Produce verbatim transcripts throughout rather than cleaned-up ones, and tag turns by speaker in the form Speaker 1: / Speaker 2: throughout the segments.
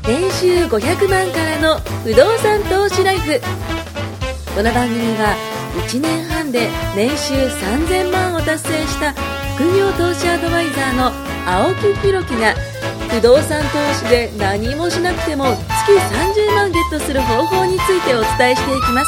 Speaker 1: 年収ごひゃくまんからの不動産投資ライフ。この番組はいちねんはんで年収さんぜんまんを達成した副業投資アドバイザーの青木弘樹が不動産投資で何もしなくても月さんじゅうまんゲットする方法についてお伝えしていきます。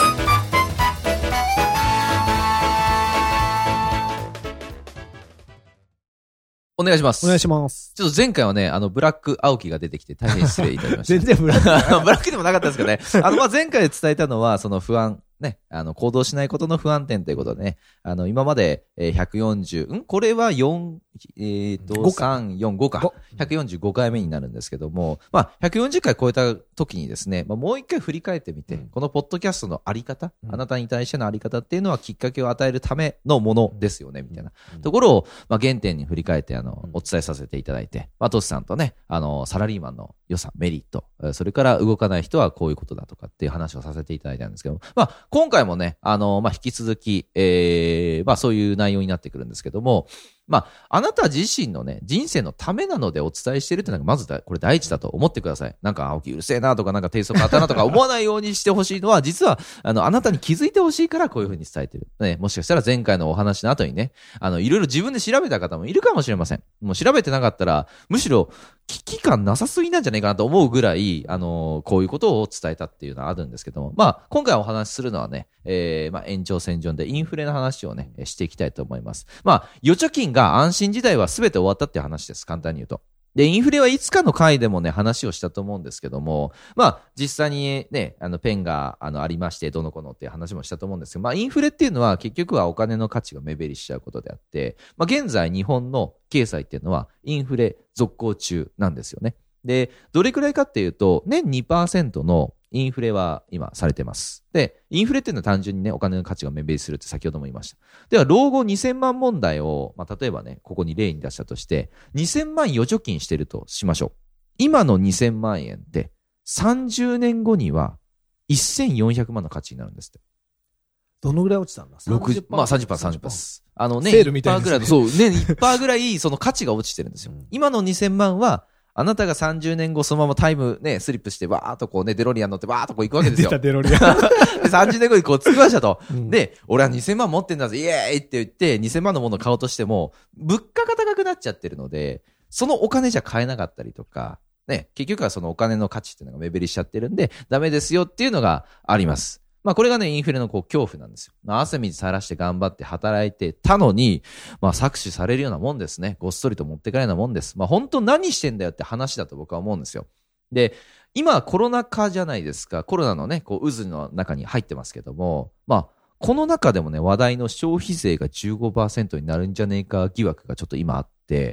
Speaker 2: お願いします。
Speaker 3: お願いします。
Speaker 2: ちょっと前回はね、あの、ブラック青木が出てきて大変失礼いたしました。
Speaker 3: 全然ブラック。
Speaker 2: ブラックでもなかったですけどね。あの、まあ、前回伝えたのは、その不安、ね、あの、行動しないことの不安点ということでね、あの、今まで、えー、ひゃくよんじゅう、んこれはよん、えっ、ー、と、さん、よん、ごか。ひゃくよんじゅうごかいめになるんですけども、まあ、ひゃくよんじゅっかい超えた時にですね、まあ、もう一回振り返ってみて、うん、このポッドキャストのあり方、うん、あなたに対してのあり方っていうのはきっかけを与えるためのものですよね、みたいなところを、まあ、原点に振り返って、あの、お伝えさせていただいて、まあ、トシさんとね、あの、サラリーマンの良さ、メリット、それから動かない人はこういうことだとかっていう話をさせていただいたんですけど、まあ、今回もね、あの、まあ、引き続き、えー、まあ、そういう内容になってくるんですけども、まあ、あなた自身のね、人生のためなのでお伝えしているっていうのがまずだ、これ第一だと思ってください。なんか、青木うるせえなとか、なんか低速あったなとか思わないようにしてほしいのは、実は、あの、あなたに気づいてほしいからこういうふうに伝えてる。ね、もしかしたら前回のお話の後にね、あの、いろいろ自分で調べた方もいるかもしれません。もう調べてなかったら、むしろ、危機感なさすぎなんじゃないかなと思うぐらい、あのー、こういうことを伝えたっていうのはあるんですけども、まあ、今回お話しするのはね、えー、まあ、延長線上でインフレの話をね、していきたいと思います。まあ、預貯金が安心時代は全て終わったっていう話です。簡単に言うと。で、インフレはいつかの回でもね、話をしたと思うんですけども、まあ、実際にね、あの、ペンが、あの、ありまして、どの子のっていう話もしたと思うんですけど、まあ、インフレっていうのは結局はお金の価値が目減りしちゃうことであって、まあ、現在日本の経済っていうのはインフレ続行中なんですよね。で、どれくらいかっていうと、年 にパーセント のインフレは今されてます。で、インフレっていうのは単純にね、お金の価値が目減りするって先ほども言いました。では、老後にせんまん問題を、まあ、例えばね、ここに例に出したとして、にせんまん預貯金してるとしましょう。今のにせんまんえんって、さんじゅうねんごにはせんよんひゃくまんの価値になるんですって。
Speaker 3: どのぐらい落ちたんだ ?さんじゅっパーセント。
Speaker 2: まあ さんじゅっパーセント、さんじゅっパーセント です。あのね、
Speaker 3: セールみたいですね。
Speaker 2: いちパーセントぐらい、そう、年 いちパーセント ぐらいその価値が落ちてるんですよ。うん、今のにせんまんは、あなたがさんじゅうねんごそのままタイムね、スリップして、わーっとこうね、デロリアン乗ってわーっとこう行くわけですよ。
Speaker 3: 出たデロリアン。
Speaker 2: で、さんじゅうねんごにこう着きましたと。うん、で、俺はにせんまん持ってんだぜ、イエーイって言って、にせんまんのものを買おうとしても、物価が高くなっちゃってるので、そのお金じゃ買えなかったりとか、ね、結局はそのお金の価値っていうのが目減りしちゃってるんで、ダメですよっていうのがあります。まあこれがね、インフレのこう恐怖なんですよ。まあ、汗水垂らして頑張って働いてたのに、まあ搾取されるようなもんですね。ごっそりと持ってかれるようなもんです。まあ本当何してんだよって話だと僕は思うんですよ。で、今はコロナ禍じゃないですか。コロナのね、こう渦の中に入ってますけども、まあこの中でもね、話題の消費税が じゅうごパーセント になるんじゃねえか疑惑がちょっと今あって、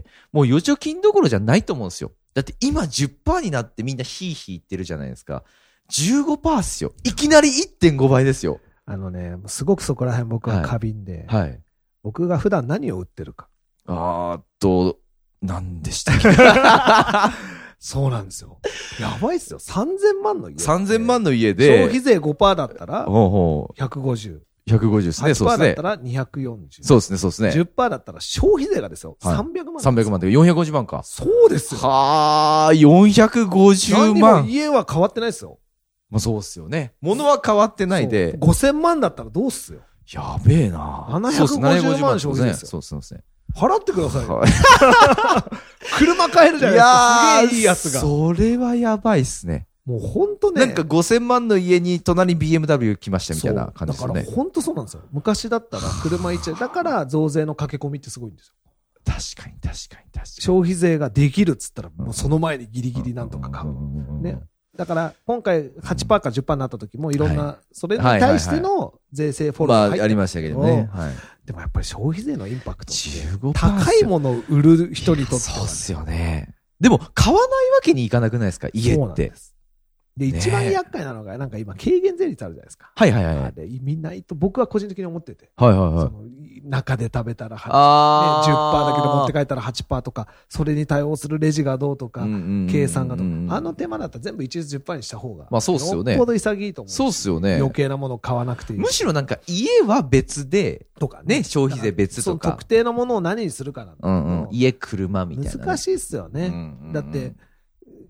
Speaker 2: もう預貯金どころじゃないと思うんですよ。だって今 じゅっパーセント になってみんなヒーヒー言ってるじゃないですか。じゅうごパーセント っすよ。いきなり いってんご 倍ですよ。
Speaker 3: あのね、すごくそこら辺僕は過敏で、はいはい、僕が普段何を売ってるか。
Speaker 2: あーっと、何でしたっけ
Speaker 3: そうなんですよ。やばいっすよ。さんぜんまんの家。
Speaker 2: さんぜんまんの家で。
Speaker 3: 消費税 ごパーセント だったら、ひゃくごじゅう。
Speaker 2: ひゃくごじゅうですね。そうですね。
Speaker 3: はちパーセント だったらにひゃくよんじゅう。
Speaker 2: そうですね、そうですね。
Speaker 3: じゅっパーセント だったら消費税がですよ。はい、さんびゃくまん。
Speaker 2: さんびゃくまんでよんひゃくごじゅうまんか。
Speaker 3: そうですよ。
Speaker 2: はー、よんひゃくごじゅうまん。
Speaker 3: 何も家は変わってないですよ。
Speaker 2: まあそうっすよね。物は変わってないで。
Speaker 3: ごせんまんだったらどうっすよ。
Speaker 2: やべえな。
Speaker 3: ななひゃくごじゅうまん消費税ですよ。
Speaker 2: そうですね。そうですね。
Speaker 3: 払ってくださいよ。はい、車買えるじゃないですか。すげえいいやつが。
Speaker 2: それはやばいっすね。
Speaker 3: もうほんとね。
Speaker 2: なんかごせんまんの家に隣に ビーエムダブリュー 来ましたみたいな感じですね。
Speaker 3: だからほんとそうなんですよ。昔だったら車いっちゃう。だから増税の駆け込みってすごいんですよ。
Speaker 2: 確かに確かに確かに。
Speaker 3: 消費税ができるっつったらもうその前にギリギリなんとか買う。ね。だから今回 はちパーセント か じゅっパーセント になった時もいろんな、それに対しての税制フォローが入ってる。
Speaker 2: まあありましたけどね。
Speaker 3: でもやっぱり消費税のインパクトって
Speaker 2: じゅうごパーセント
Speaker 3: 高いものを売る人にとっては、ね。
Speaker 2: そうっすよね。でも買わないわけにいかなくないですか、家って。そうなんです。
Speaker 3: で、一番厄介なのが、なんか今、軽減税率あるじゃないですか。
Speaker 2: はいはいはい。
Speaker 3: で、みんな、僕は個人的に思ってて。
Speaker 2: はいはいはい。
Speaker 3: その中で食べたらはち、ね、じゅっパーセント だけで持って帰ったら はちパーセント とか、それに対応するレジがどうとか、計算がどうか。あの手間だったら全部一律 じゅっパーセント にした方が。
Speaker 2: まあそうっすよね。
Speaker 3: よっぽど潔いと思う。
Speaker 2: そうっすよね。
Speaker 3: 余計なものを買わなくていい。
Speaker 2: むしろなんか家は別で、
Speaker 3: とかね。
Speaker 2: ね、消費税別とか。
Speaker 3: 特定のものを何にするかなんだけど。
Speaker 2: うんうん。家、車みたいな、ね。
Speaker 3: 難しいっすよね。だって、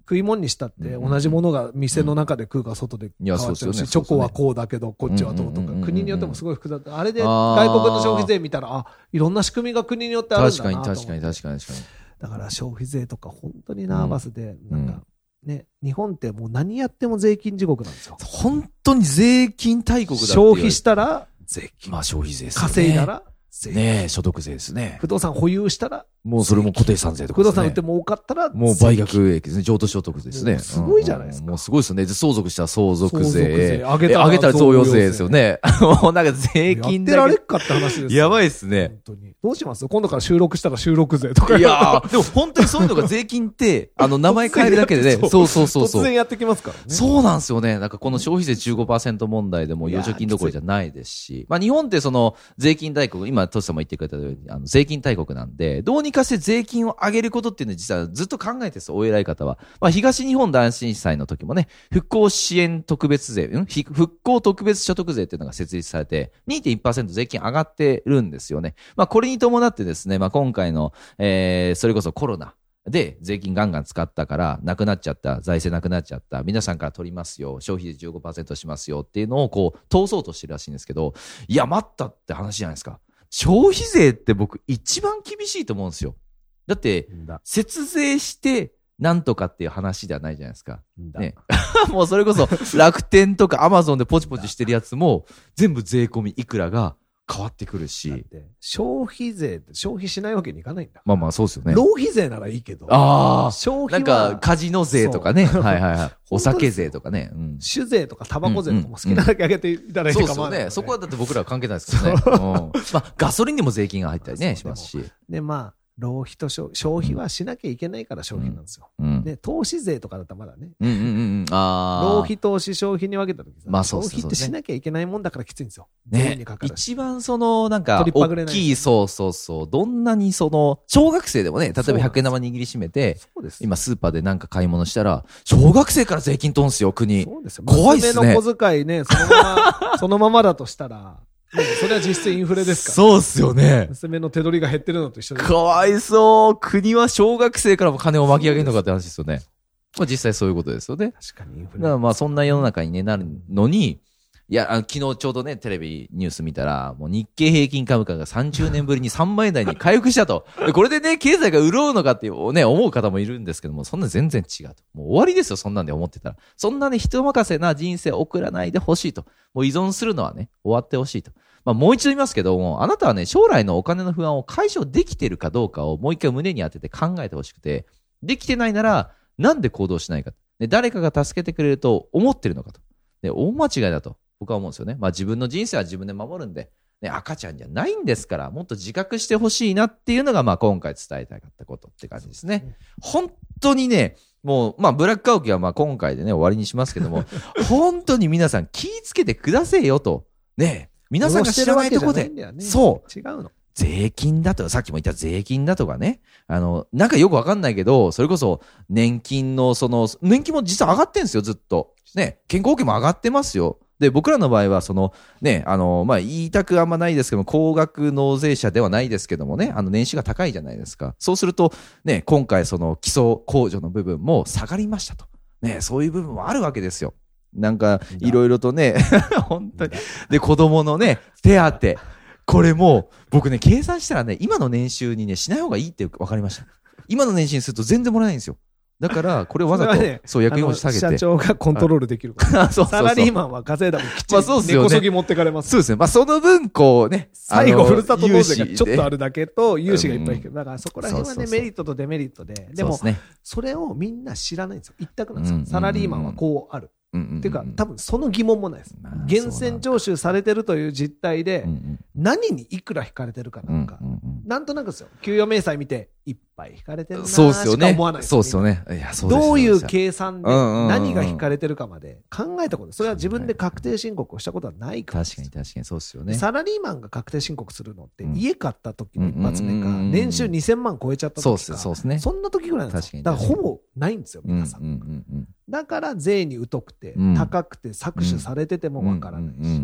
Speaker 3: 食い物にしたって同じものが店の中で食うか外で変わっちゃうし、
Speaker 2: うんいやそうですよね
Speaker 3: チョコはこうだけどこっちはどうとか、
Speaker 2: うんうんうんうん
Speaker 3: 国によってもすごい複雑。あれで外国の消費税見たら、あ、いろんな仕組みが国によってあるんだなと思って。
Speaker 2: 確かに確かに確かに確かに。
Speaker 3: だから消費税とか本当にナーバスで、
Speaker 2: うん、
Speaker 3: なんかね、日本ってもう何やっても税金地獄なんですよ。
Speaker 2: 本当に税金大国だって。
Speaker 3: 消費したら税金。
Speaker 2: まあ消費税ですね。
Speaker 3: 稼いだら税金。
Speaker 2: ねえ、所得税ですね。
Speaker 3: 不動産保有したら
Speaker 2: もうそれも固定資産税とか
Speaker 3: 不動産売って儲かったら
Speaker 2: もう売却益ですね。譲渡所得ですね。
Speaker 3: すごいじゃないですか。
Speaker 2: うん、もうすごいですよね。相続したら相続税。
Speaker 3: 相続税
Speaker 2: 上げたら、上げたら贈与税ですよね。もうなんか税金だけ。
Speaker 3: やってられっかって話ですよ。
Speaker 2: やばいですね。
Speaker 3: 本当に。どうします今度から収録したら収録税とか。
Speaker 2: いやー、でも本当にそういうのが税金って、あの、名前変えるだけでね。そうそうそうそう。
Speaker 3: 突然やってきますからね。
Speaker 2: そうなんですよね。なんかこの消費税 じゅうごパーセント 問題でも預貯金どころじゃないですし。まあ日本ってその税金大国、今トシさんも言ってくれたように、あの税金大国なんで、どうにかして税金を上げることっていうのは実はずっと考えてるんですよ、お偉い方は。まあ東日本大震災の時もね、復興支援特別税、ん復興特別所得税っていうのが設立されて、にてんいちパーセント 税金上がってるんですよね。まあこれに伴ってですね、まあ今回の、えー、それこそコロナで税金ガンガン使ったからなくなっちゃった、財政なくなっちゃった、皆さんから取りますよ、消費税 じゅうごパーセント しますよっていうのをこう通そうとしてるらしいんですけど、いや待ったって話じゃないですか。消費税って僕一番厳しいと思うんですよ。だって、節税してなんとかっていう話ではないじゃないですか。ね、もうそれこそ楽天とかアマゾンでポチポチしてるやつも全部税込みいくらが変わってくるし。
Speaker 3: 消費税って消費しないわけにいかないんだ。
Speaker 2: まあまあそうですよね。
Speaker 3: 浪費税ならいいけど。
Speaker 2: ああ。
Speaker 3: 消費は。
Speaker 2: なんかカジノ税とかね。はいはいはい。お酒税とかね。
Speaker 3: うん、酒税とかタバコ税とかも好きなだけ上げていただいて構わない、ね。
Speaker 2: そうですよね。そこはだって僕らは関係ないですからね。うん、まあガソリンにも税金が入ったりね、しますし。
Speaker 3: で、まあ。浪費と消費はしなきゃいけないから消費なんですよ。
Speaker 2: うん
Speaker 3: ね、投資税とかだったらまだね。
Speaker 2: うんうんうん。あ
Speaker 3: 浪費、投資、消費に分けたときさ、
Speaker 2: まあそうそうそう、ね、
Speaker 3: 消費ってしなきゃいけないもんだからきついんですよ。
Speaker 2: ね。一番その、なんか、大きい、そうそうそう。どんなにその、小学生でもね、例えばひゃくえん玉握りしめて、今スーパーでなんか買い物したら、小学生から税金取んすよ、国。
Speaker 3: そうですよ。
Speaker 2: 怖いっすね。
Speaker 3: 娘の小遣いね、そのまま、そのままだとしたら、それは実質インフレですから。
Speaker 2: そうっすよね。
Speaker 3: 娘の手取りが減ってるのと一緒です。
Speaker 2: かわいそう。国は小学生からも金を巻き上げるのかって話ですよね。まあ実際そういうことですよね。
Speaker 3: 確かにインフレ。
Speaker 2: だからまあそんな世の中に、ね、なるのに、いや、あの昨日ちょうどね、テレビニュース見たら、もう日経平均株価がさんじゅうねんぶりにさんまんえん台に回復したと。これでね、経済が潤うのかっていうね、思う方もいるんですけども、そんな全然違うと。もう終わりですよ、そんなんで思ってたら。そんなね、人任せな人生を送らないでほしいと。もう依存するのはね、終わってほしいと。まあもう一度言いますけども、あなたはね、将来のお金の不安を解消できているかどうかをもう一回胸に当てて考えてほしくて、できてないなら、なんで行動しないか。で誰かが助けてくれると思ってるのかと。で大間違いだと僕は思うんですよね。まあ自分の人生は自分で守るんで、ね、赤ちゃんじゃないんですから、もっと自覚してほしいなっていうのが、まあ今回伝えたかったことって感じですね。本当にね、もう、まあブラック青木はまあ今回でね、終わりにしますけども、本当に皆さん気ぃつけてくださいよと。ね皆さんが知らないところで、そう。
Speaker 3: 違うの。
Speaker 2: 税金だと、さっきも言った税金だとかね。あの、なんかよくわかんないけど、それこそ年金のその、年金も実は上がってんですよ、ずっと。ね、健康保険も上がってますよ。で、僕らの場合は、その、ね、あの、まあ、言いたくあんまないですけども、高額納税者ではないですけどもね、あの、年収が高いじゃないですか。そうすると、ね、今回その基礎控除の部分も下がりましたと。ね、そういう部分もあるわけですよ。なんか、いろいろとね、本当に。で、子供のね、手当。これも、僕ね、計算したらね、今の年収にね、しない方がいいって分かりました。今の年収にすると全然もらえないんですよ。だから、これをわざと、ね、そう、役員を下げて。
Speaker 3: 社長がコントロールできるから。そうそうそうサラリーマンは稼いだもんきっちり、まあそうですよね、根こそぎ持ってかれます。
Speaker 2: そうですね。まあその分、こうね、
Speaker 3: 最後、ふるさと納税がちょっとあるだけと、融資がいっぱい引く。だからそこら辺はね、メリットとデメリットで。でも、それをみんな知らないんですよ。一択なんですよ。サラリーマンはこうある。っていうか、多分その疑問もないです。源泉徴収されてるという実態で、何にいくら引かれてるかなんか、なんとなくですよ。給与明細見て、いっぱい引かれてるなーしか思わないです。
Speaker 2: そうですよね。いや、そうです。
Speaker 3: どういう計算で何が引かれてるかまで考えたこと、それは自分で確定申告をしたことはないから。
Speaker 2: 確かに確かにそうですよね。
Speaker 3: サラリーマンが確定申告するのって、家買った時の一発目か、年収にせんまん超えちゃった時か、そうですね。そんな時ぐらいなんですよ。だからほぼないんですよ、皆さん。だから税に疎くて、高くて搾取されててもわからないし。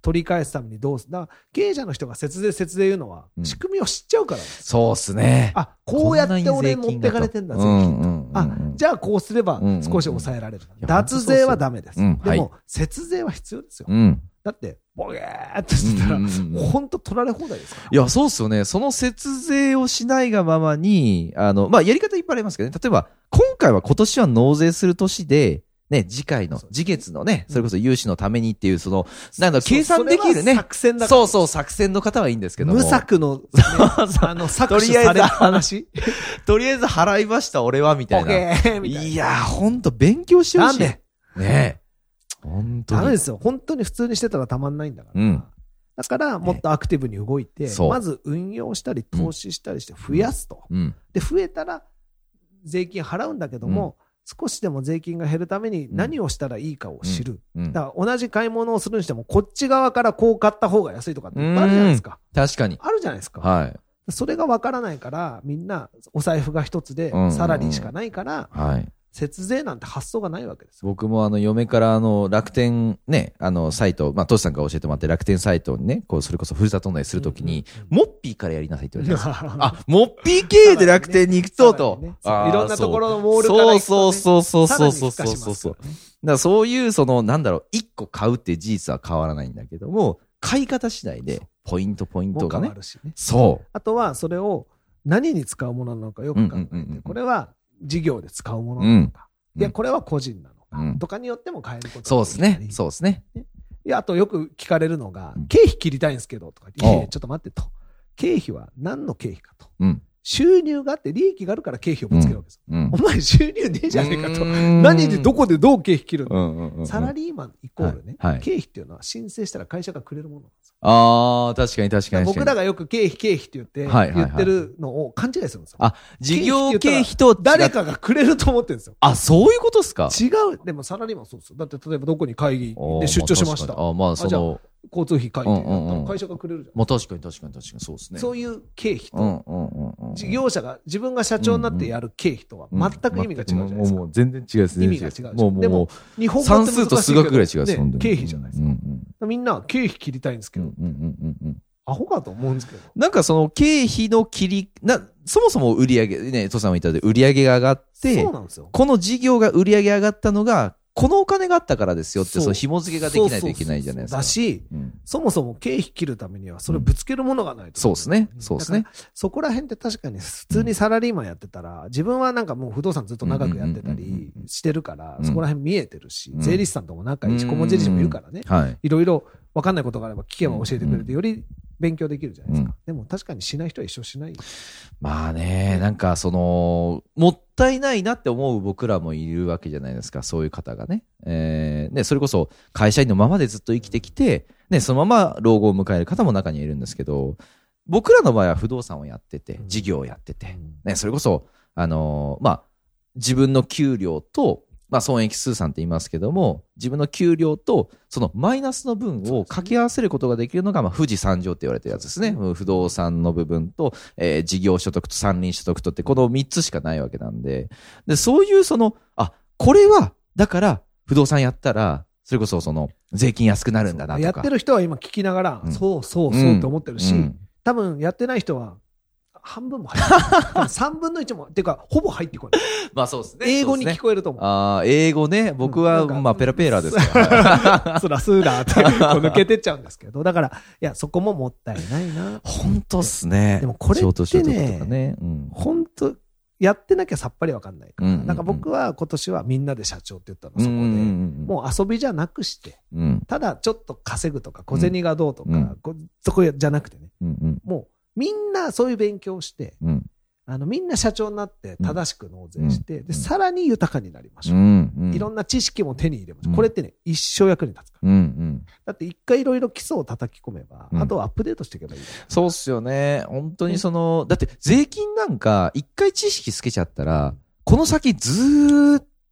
Speaker 3: 取り返すためにどうする。だから経営者の人が節税節税言うのは、仕組みを知っちゃうから、うん、
Speaker 2: そうっすね。
Speaker 3: あ、こうやって俺持ってかれてんだ、税金と。あ、じゃあこうすれば少し抑えられる。うんうん、脱税はダメです。うん、でも、はい、節税は必要ですよ。うん、だって、ボゲーってしてたら、ほんと取られ放題ですから。
Speaker 2: いや、そうっすよね。その節税をしないがままに、あの、まあ、やり方いっぱいありますけどね。例えば、今回は今年は納税する年で、ね、次回の、次月のね、それこそ融資のためにっていう、その、なんだ、計算できるね。
Speaker 3: 作戦だから。
Speaker 2: そうそう、作戦の方はいいんですけども。
Speaker 3: 無策の、ね、あの、搾取された話。
Speaker 2: とりあえず払いました、俺は、みたいな。
Speaker 3: オッケーみたいな。
Speaker 2: いや、ほんと勉強してほしい。
Speaker 3: なんで
Speaker 2: ねえ。本当に。
Speaker 3: ダメですよ。本当に普通にしてたらたまんないんだから。うん、だから、もっとアクティブに動いて、ね、まず運用したり、投資したりして増やすと。うん、で、増えたら、税金払うんだけども、うん少しでも税金が減るために何をしたらいいかを知る。うんうん、だから同じ買い物をするにしても、こっち側からこう買った方が安いとかっていっぱいあるじゃないですか。
Speaker 2: 確かに。
Speaker 3: あるじゃないですか。
Speaker 2: はい。
Speaker 3: それがわからないから、みんなお財布が一つでサラリーしかないから、はい。節税なんて発想がないわけですよ。
Speaker 2: 僕もあの嫁からあの楽天ね、あのサイト、まあトシさんから教えてもらって楽天サイトにね、こうそれこそふるさと納税するときに、うんうん、モッピーからやりなさいって言われたんですよ。あ、モッピー経営で楽天に行くと、と、
Speaker 3: ねね。いろんなところのモールから行くと、ね。
Speaker 2: そうそうそうそうそうそうそうそう。だからそういうそのなんだろう、一個買うっていう事実は変わらないんだけども、買い方次第でポイントポイントがね。
Speaker 3: 変わるしね。
Speaker 2: そう。
Speaker 3: あとはそれを何に使うものなのかよく考えて、うんうんうんうん、これは事業で使うものなのか。うんいや、これは個人なのか、うん、とかによっても変えることができる。
Speaker 2: そうですね。そうですね。
Speaker 3: いや、あとよく聞かれるのが、経費切りたいんですけど、とか言って、いやちょっと待ってと。経費は何の経費かと。うん、収入があって利益があるから経費をぶつけるわけです。うんうん、お前収入ねえじゃねえかと。何でどこでどう経費切るの、うんうんうんうん、サラリーマンイコールね、はいはい、経費っていうのは申請したら会社がくれるものなんですよ。
Speaker 2: ああ、確かに確かに。
Speaker 3: 僕らがよく経費経費って言って、はいはいはい、言ってるのを勘違いするんですよ。
Speaker 2: あ、事業経費と
Speaker 3: 誰かがくれると思ってるんですよ。
Speaker 2: あ、そういうことですか？
Speaker 3: 違う。でもサラリーマンそうですよ。だって例えばどこに会議で出張しました。
Speaker 2: あ、あまあその。
Speaker 3: 交通費会計だったら会社がくれるじゃん。
Speaker 2: まあ確かに確かに確かにそうですね。
Speaker 3: そういう経費と、事業者が自分が社長になってやる経費とは全く意味が違うじゃないですか。
Speaker 2: もう全然違うですね。
Speaker 3: 意味が違う。
Speaker 2: もう
Speaker 3: でも
Speaker 2: 日本語って難しいけど算数と数学ぐらい違うです。
Speaker 3: 経費じゃないですか。みんな経費切りたいんですけど、アホかと思うんですけど。
Speaker 2: なんかその経費の切りなそもそも売り上げね、トさんも言ったように売り上げが上がって、
Speaker 3: そうなんですよ。
Speaker 2: この事業が売り上げ上がったのがこのお金があったからですよって、その紐付けができないといけないじゃないですか。
Speaker 3: だし、うん、そもそも経費切るためには、それぶつけるものがないと、
Speaker 2: うん。そうですね。そうですね。
Speaker 3: そこら辺って確かに普通にサラリーマンやってたら、自分はなんかもう不動産ずっと長くやってたりしてるから、そこら辺見えてるし、うん、税理士さんとも仲いいし、顧問税理士もいるからね。はい。いろいろ分かんないことがあれば聞けば教えてくれて、より勉強できるじゃないですか。うん、でも確かにしない人は一生しない。
Speaker 2: まあね、なんかその、もったいないなって思う僕らもいるわけじゃないですか、そういう方がね。えー、ね、それこそ会社員のままでずっと生きてきて、ね、そのまま老後を迎える方も中にはいるんですけど、僕らの場合は不動産をやってて、事業をやってて、ね、それこそ、あのー、まあ、自分の給料と、まあ、損益通算って言いますけども、自分の給料と、そのマイナスの分を掛け合わせることができるのが、まあ、富士山上って言われてるやつですね。不動産の部分と、えー、事業所得と山林所得とって、このみっつしかないわけなんで、で、そういうその、あ、これは、だから、不動産やったら、それこそその、税金安くなるんだなとか。
Speaker 3: やってる人は今聞きながら、うん、そうそうそうって思ってるし、うん、多分やってない人は、半分も入ってない。さんぶんのいちも、っていうか、ほぼ入ってこない。
Speaker 2: まあそうですね。
Speaker 3: 英語に聞こえると思う。
Speaker 2: ああ、英語ね。僕は、まあ、ペラペラですか
Speaker 3: ら。スラスーラーって抜けてっちゃうんですけど。だから、いや、そこももったいないな。
Speaker 2: 本当っすね。
Speaker 3: でもこれってね、本当やってなきゃさっぱりわかんないから。なんか僕は今年はみんなで社長って言ったの、そこで。もう遊びじゃなくして、ただちょっと稼ぐとか、小銭がどうとか、そこじゃなくてね。もう、みんなそういう勉強をして、うん、あのみんな社長になって正しく納税して、うん、でさらに豊かになりましょう、うんうん、いろんな知識も手に入れましょう、うん、これってね一生役に立つから、うんうん、だって一回いろいろ基礎を叩き込めば、うん、あとはアップデートしていけばいい、
Speaker 2: そうっすよね。本当にその、うん、だって税金なんか一回知識つけちゃったらこの先ずーっ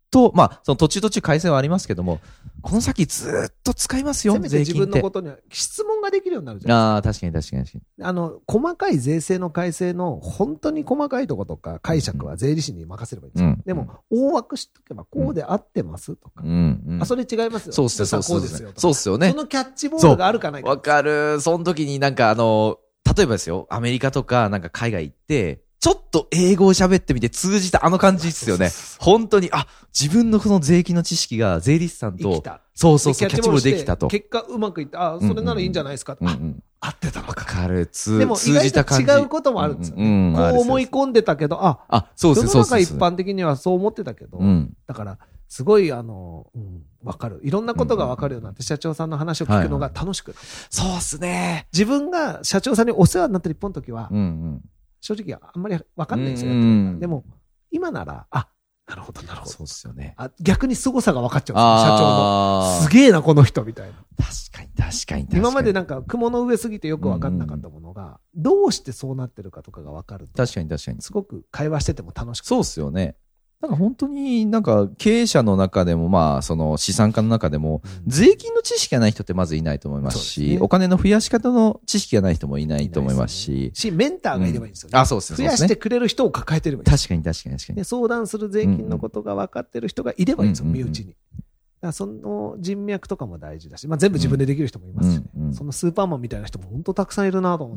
Speaker 2: と、まあ、その途中途中改正はありますけども、この先ずっと使いますよ、
Speaker 3: せめて自分のことには質問ができるようになるじゃん。
Speaker 2: ああ、確かに確かに確かに。
Speaker 3: あの、細かい税制の改正の本当に細かいとことか解釈は税理士に任せればいいんですよ。うん、でも、大枠知っとけばこうで合ってますとか。
Speaker 2: うんうん、
Speaker 3: あ、それ違いますよ。
Speaker 2: そうっすよ、そうっすよ。そうっすよね。
Speaker 3: そのキャッチボールがあるかないか。
Speaker 2: わかる。その時になんかあの、例えばですよ、アメリカとかなんか海外行って、ちょっと英語を喋ってみて通じたあの感じですよね。本当に、あ、自分のこの税金の知識が税理士さんと、そうそうそう、キャッチボールできたと。
Speaker 3: 結果うまくいった。あ、それならいいんじゃないですか。うんうん、あ、合ってたのか。
Speaker 2: わかる。通、
Speaker 3: でも
Speaker 2: 通じた感じ。
Speaker 3: 違うこともあるんですよ、ね。うんうん、こう思い込んでたけど、あ、
Speaker 2: あ、そうですね。
Speaker 3: 世の中一般的にはそう思ってたけど、
Speaker 2: うん、
Speaker 3: だから、すごい、あの、うん、わかる。いろんなことがわかるようになって、社長さんの話を聞くのが楽しくなる。
Speaker 2: はいはい、そうっすね。
Speaker 3: 自分が社長さんにお世話になってる一本の時は、
Speaker 2: うんうん、
Speaker 3: 正直あんまりわかんないんですよ。うんうん、でも、今なら、あ、なるほど、なるほど。
Speaker 2: そうっすよね。
Speaker 3: あ、逆に凄さが分かっちゃうんですよ、社長の。すげえな、この人、みたいな。
Speaker 2: 確かに、確かに、確かに。
Speaker 3: 今までなんか、雲の上すぎてよく分かんなかったものが、うん、どうしてそうなってるかとかが分かると。
Speaker 2: 確かに、確かに。
Speaker 3: すごく会話してても楽しく。
Speaker 2: そうっすよね。なんか本当になんか経営者の中でもまあその資産家の中でも税金の知識がない人ってまずいないと思いますし、お金の増やし方の知識がない人もいないと思いますし、
Speaker 3: し、メンターがいればいいんですよね。
Speaker 2: あ、そうですね。
Speaker 3: 増やしてくれる人を抱えてればいい。
Speaker 2: 確かに確かに確かに。
Speaker 3: で、相談する税金のことが分かってる人がいればいいんですよ、身内に。だからその人脈とかも大事だし、まあ全部自分でできる人もいますしね。そのスーパーマンみたいな人も本当たくさんいるなと思って。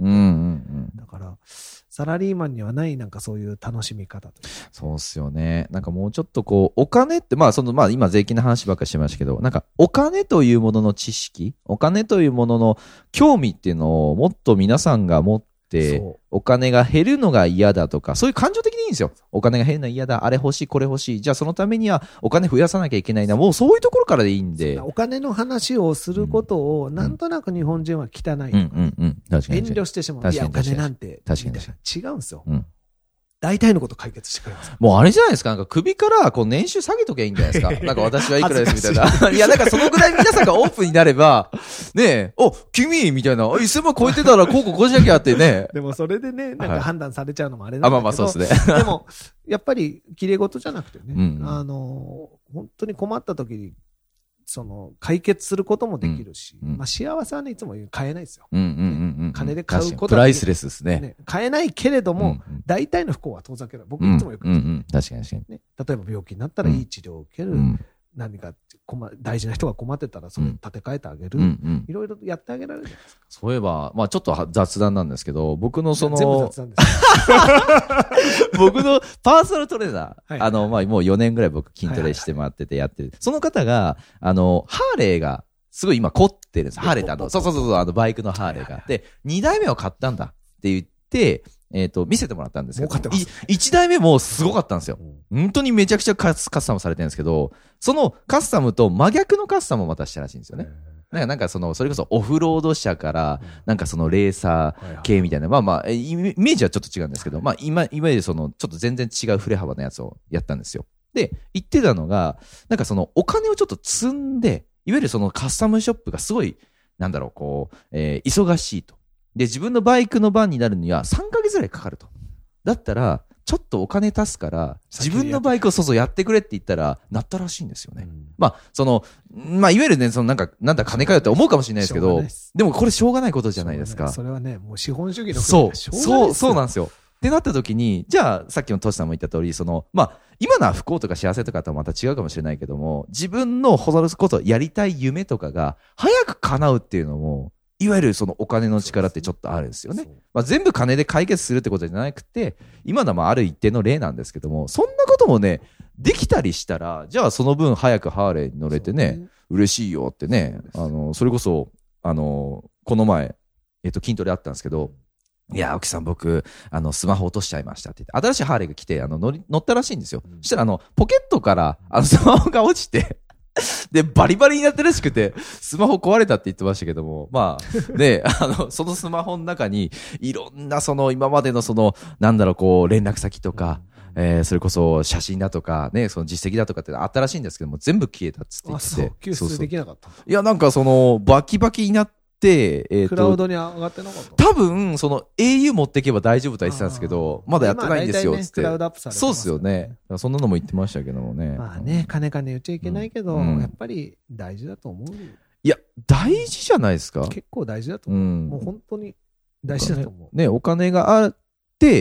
Speaker 3: だから、サラリーマンにはないなんかそういう楽しみ方という。
Speaker 2: そうっすよね。なんかもうちょっとこう、お金って、まあその、まあ今税金の話ばっかりしてましたけど、なんかお金というものの知識、お金というものの興味っていうのをもっと皆さんが持って、お金が減るのが嫌だとか、そういう感情的にいいんですよ。お金が減るのは嫌だ、あれ欲しい、これ欲しい。じゃあそのためにはお金増やさなきゃいけないな。もうそういうところからでいいんで。
Speaker 3: お金の話をすることを、なんとなく日本人は汚いとか、ね。うんうんうん。確かに。遠慮してしまう。いや、お金なんて。
Speaker 2: 確かに。
Speaker 3: 違うんですよ。うん。大体のこと解決してくれます。
Speaker 2: もうあれじゃないですか。なんか首からこう年収下げときゃいいんじゃないですか。なんか私はいくらですみたいな。いや、なんかそのぐらい皆さんがオープンになれば、ねえ、お、君みたいな、いっせんまん超えてたらこうこうこうしなきゃってね。
Speaker 3: でもそれでね、なんか判断されちゃうのもあれなんだけど。
Speaker 2: あ、まあまあそうですね。
Speaker 3: でも、やっぱり綺麗事じゃなくてね、うん、あの、本当に困った時に、その解決することもできるし、うん、まあ幸せはねいつも買えないですよ。
Speaker 2: うんうんうんうん、
Speaker 3: 金で買うことは
Speaker 2: プライスレスですね。
Speaker 3: ね買えないけれども、うんうん、大体の不幸は遠ざける。僕いつもよく言って、うんうん、
Speaker 2: 確かに確かに、
Speaker 3: ね。例えば病気になったらいい治療を受ける。うん、何か困大事な人が困ってたらそれ立て替えてあげる。いろいろやってあげられるじゃないですか。
Speaker 2: そういえば、まあちょっと雑談なんですけど、僕のその、
Speaker 3: 全部雑談です。
Speaker 2: 僕のパーソナルトレーナー、はい、あの、まあもうよねんぐらい僕筋トレしてもらっててやってる。その方が、あの、ハーレーが、すごい今凝ってるんです。ハーレーってあの、そうそうそう、あのバイクのハーレーが。で、にだいめを買ったんだって言って、えっと、見せてもらったんですけど、いちだいめもすごかったんですよ。本当にめちゃくちゃカスタムされてるんですけど、そのカスタムと真逆のカスタムをまたしたらしいんですよね。なんか、なんかその、それこそオフロード車から、なんかそのレーサー系みたいな、まあまあ、イメージはちょっと違うんですけど、まあ今、いわゆるその、ちょっと全然違う振れ幅のやつをやったんですよ。で、言ってたのが、なんかその、お金をちょっと積んで、いわゆるそのカスタムショップがすごい、なんだろう、こう、えー、忙しいと。で、自分のバイクの番になるにはさんかげつぐらいかかると。だったら、ちょっとお金足すから、自分のバイクをそうそうやってくれって言ったら、なったらしいんですよね。うん、まあ、その、まあ、いわゆるね、そのなんか、なんだ金かよって思うかもしれないですけど、でもこれしょうがないことじゃないですか。
Speaker 3: それはね、もう資本主義の
Speaker 2: そう、そう、そうなんですよ。ってなった時に、じゃあ、さっきのトシさんも言った通り、その、まあ、今のは不幸とか幸せとかとはまた違うかもしれないけども、自分のほざること、やりたい夢とかが、早く叶うっていうのも、いわゆるそのお金の力ってちょっとあるんですよね。まあ、全部金で解決するってことじゃなくて、今のもある一定の例なんですけども、そんなこともね、できたりしたら、じゃあその分早くハーレーに乗れてね、嬉しいよってね、あの、それこそ、あの、この前、えっと、筋トレあったんですけど、いや、青木さん僕、あの、スマホ落としちゃいましたって言って、新しいハーレーが来て、あの、乗り、乗ったらしいんですよ。そしたら、あの、ポケットから、あの、スマホが落ちて、で、バリバリになったらしくて、スマホ壊れたって言ってましたけども、まあ、ね、あの、そのスマホの中に、いろんなその、今までのその、なんだろう、こう、連絡先とか、えー、それこそ写真だとか、ね、その実績だとかってあったらしいんですけども、全部消えたっつって言って。
Speaker 3: あ、そう。救出できなかった。
Speaker 2: いや、なんかその、バキバキになって、 て、えー、と
Speaker 3: クラウドに上がってなかった。
Speaker 2: 多分、その エーユー 持っていけば大丈夫とは言ってたんですけど、まだやってないんですよ、つって。
Speaker 3: クラウドアップされてます、ね。
Speaker 2: そうですよね。そんなのも言ってましたけどもね。
Speaker 3: まあね、金金言っちゃいけないけど、うん、やっぱり大事だと思う。
Speaker 2: いや、大事じゃないですか。
Speaker 3: 結構大事だと思う。うん、もう本当に大事だと思う。
Speaker 2: ね、お金があって、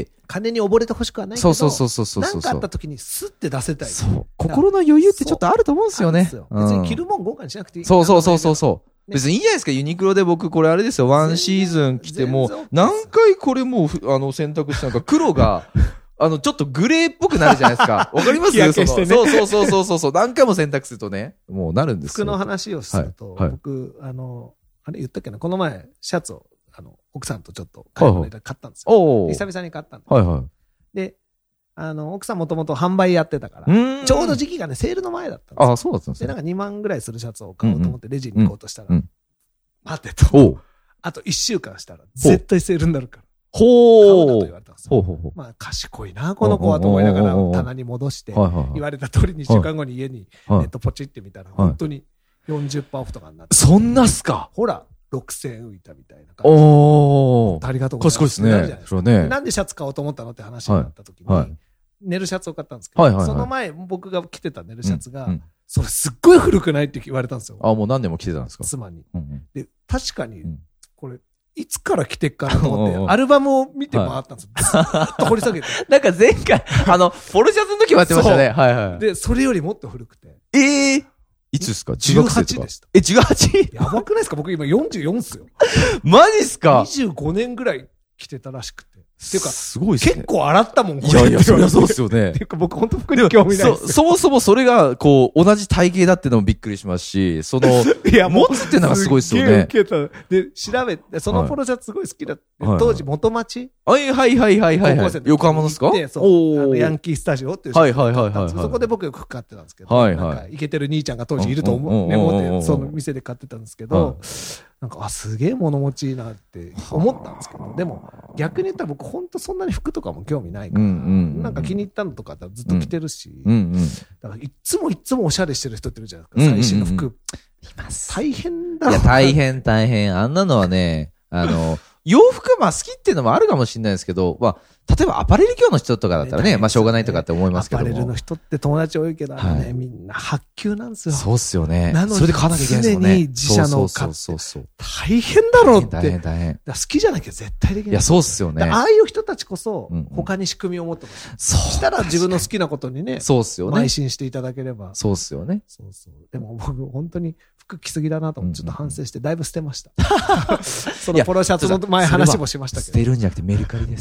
Speaker 3: 金に溺れてほしくはないけど、
Speaker 2: そうそうそうそうそう。
Speaker 3: なんかあった時にスッて出せたい。
Speaker 2: そう。心の余裕ってちょっとあると思うんですよね。
Speaker 3: 別に着るもん豪華にしなくていい。
Speaker 2: そうそうそうそうそう。別にいいじゃないですか。ユニクロで僕これあれですよ。ワンシーズン着ても、何回これもう、あの、選択したのか、黒が、あの、ちょっとグレーっぽくなるじゃないですか。わかります
Speaker 3: よ、ね、そう
Speaker 2: そうそうそうそうそう。何回も選択するとね、もうなるんですよ。
Speaker 3: 服の話をすると、はいはい、僕、あの、あれ言ったっけな、この前、シャツを、あの、奥さんとちょっと買い物で買ったんですよ。はいはい、久々に買ったんです。
Speaker 2: はいはい。
Speaker 3: で、あの、奥さんもともと販売やってたから、ちょうど時期がね、セールの前だったんですよ。
Speaker 2: ああ、そうだったんですね。
Speaker 3: で、なんかにまんぐらいするシャツを買おうと思ってレジに行こうとしたら、うんうん、待てと。あといっしゅうかんしたら、絶対セールになるから。
Speaker 2: ほ
Speaker 3: う。買うなと言われたんですよ。
Speaker 2: ほうほうほう。
Speaker 3: まあ、賢いな、この子はと思いながら棚に戻して、言われた通りにしゅうかんごに家にネットポチってみたら、本当に よんじゅっパーセント オフとかになって。
Speaker 2: そんなっすか。
Speaker 3: ほら。ろくせんえん浮いたみたいな感じ。
Speaker 2: おー。
Speaker 3: ありがとうございます。
Speaker 2: 賢いですね。そうね。
Speaker 3: なんでシャツ買おうと思ったのって話になった時に、はい、寝るシャツを買ったんですけど、はいはいはい、その前僕が着てた寝るシャツが、うんうん、それすっごい古くないって言われたんですよ。
Speaker 2: あ、もう何年も着てたんですか？
Speaker 3: 妻に。
Speaker 2: うんうん、
Speaker 3: で、確かに、これ、いつから着てっかなと思って、アルバムを見て回ったんですよ。ずっと掘り下げて。
Speaker 2: なんか前回、あの、ポロシャツの時もやってましたね。はいはい。
Speaker 3: で、それよりもっと古くて。
Speaker 2: ええーいつですか？
Speaker 3: じゅうはちでした。
Speaker 2: え、じゅうはち？
Speaker 3: やばくないですか？僕今よんじゅうよんっすよ。
Speaker 2: マジっすか？
Speaker 3: にじゅうごねんぐらい着てたらしくて。っていうか、
Speaker 2: すごいっすね。
Speaker 3: 結構洗ったもん、こ
Speaker 2: れ。いやいや、そりゃそうっすよね。
Speaker 3: っていうか僕本当服に興味ないですよ。
Speaker 2: そ、そもそもそれが、こう、同じ体型だってのもびっくりしますし、その、いや、持つってのがすごいっすよね。
Speaker 3: で、調べて、そのポロシャツすごい好きだって、はい、当時元町
Speaker 2: はいはいはいはいはい。高校生の横浜ですか？
Speaker 3: そう。あの、ヤンキースタジオっていう。
Speaker 2: はいはいはいはい。
Speaker 3: そこで僕よく買ってたんですけど、
Speaker 2: はいはい。
Speaker 3: なんか、イケてる兄ちゃんが当時いると思う、メモで、その店で買ってたんですけど、なんか、あ、すげえ物持ちいいなって思ったんですけど、でも、逆に言ったら僕ほんとそんなに服とかも興味ないから、なんか気に入ったのとかだったらずっと着てるし、だからいつもいつもおしゃれしてる人っているじゃないですか、最新の服。います。大変だろう。
Speaker 2: いや、大変大変。あんなのはね、あの、洋服まあ好きっていうのもあるかもしれないですけど、まあ、例えばアパレル業の人とかだったらね、まあしょうがないとかって思いますけども。
Speaker 3: アパレルの人って友達多いけどね、みんな発給なんですよ。
Speaker 2: そうっすよね。
Speaker 3: なのに、
Speaker 2: それで買わなきゃいけないですよね。
Speaker 3: 常に自社の買って。そうそうそう。大変だろうって。
Speaker 2: 大変大変。
Speaker 3: 好きじゃなきゃ絶対できない。
Speaker 2: いや、そうっすよね。
Speaker 3: ああいう人たちこそ、他に仕組みを持ってます。そう。したら自分の好きなことにね、
Speaker 2: そうっすよね。
Speaker 3: 邁進していただければ。
Speaker 2: そうっすよね。
Speaker 3: そうそう。でも僕、本当に服着すぎだなと思って、ちょっと反省して、だいぶ捨てました。そのポロシャツの前話もしましたけど。
Speaker 2: 捨てるんじゃなくてメルカリです。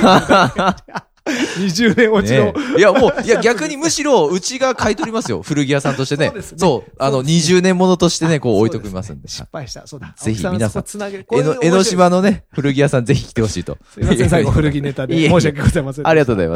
Speaker 3: にじゅうねん落ちの、
Speaker 2: ね。いや、もう、いや、逆にむしろ、うちが買い取りますよ。古着屋さんとしてね。そうですね。そう。あの、にじゅうねんものとしてね、こう置いときますんで。
Speaker 3: 失敗した。そうだ。
Speaker 2: ぜひ皆さん、江ノ島のね、古着屋さんぜひ来てほしいと。
Speaker 3: すいません、最後古着ネタで。申し訳ございません。
Speaker 2: ありがとうございます。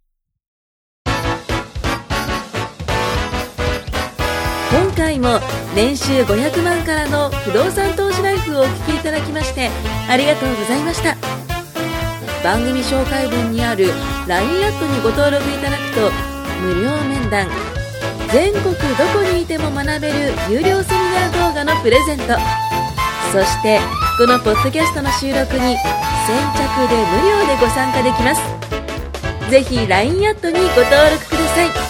Speaker 1: 今回も年収ごひゃくまんからの不動産投資ライフをお聞きいただきましてありがとうございました。番組紹介文にある ライン アットにご登録いただくと無料面談、全国どこにいても学べる有料セミナー動画のプレゼント、そしてこのポッドキャストの収録に先着で無料でご参加できます。ぜひ ライン アットにご登録ください。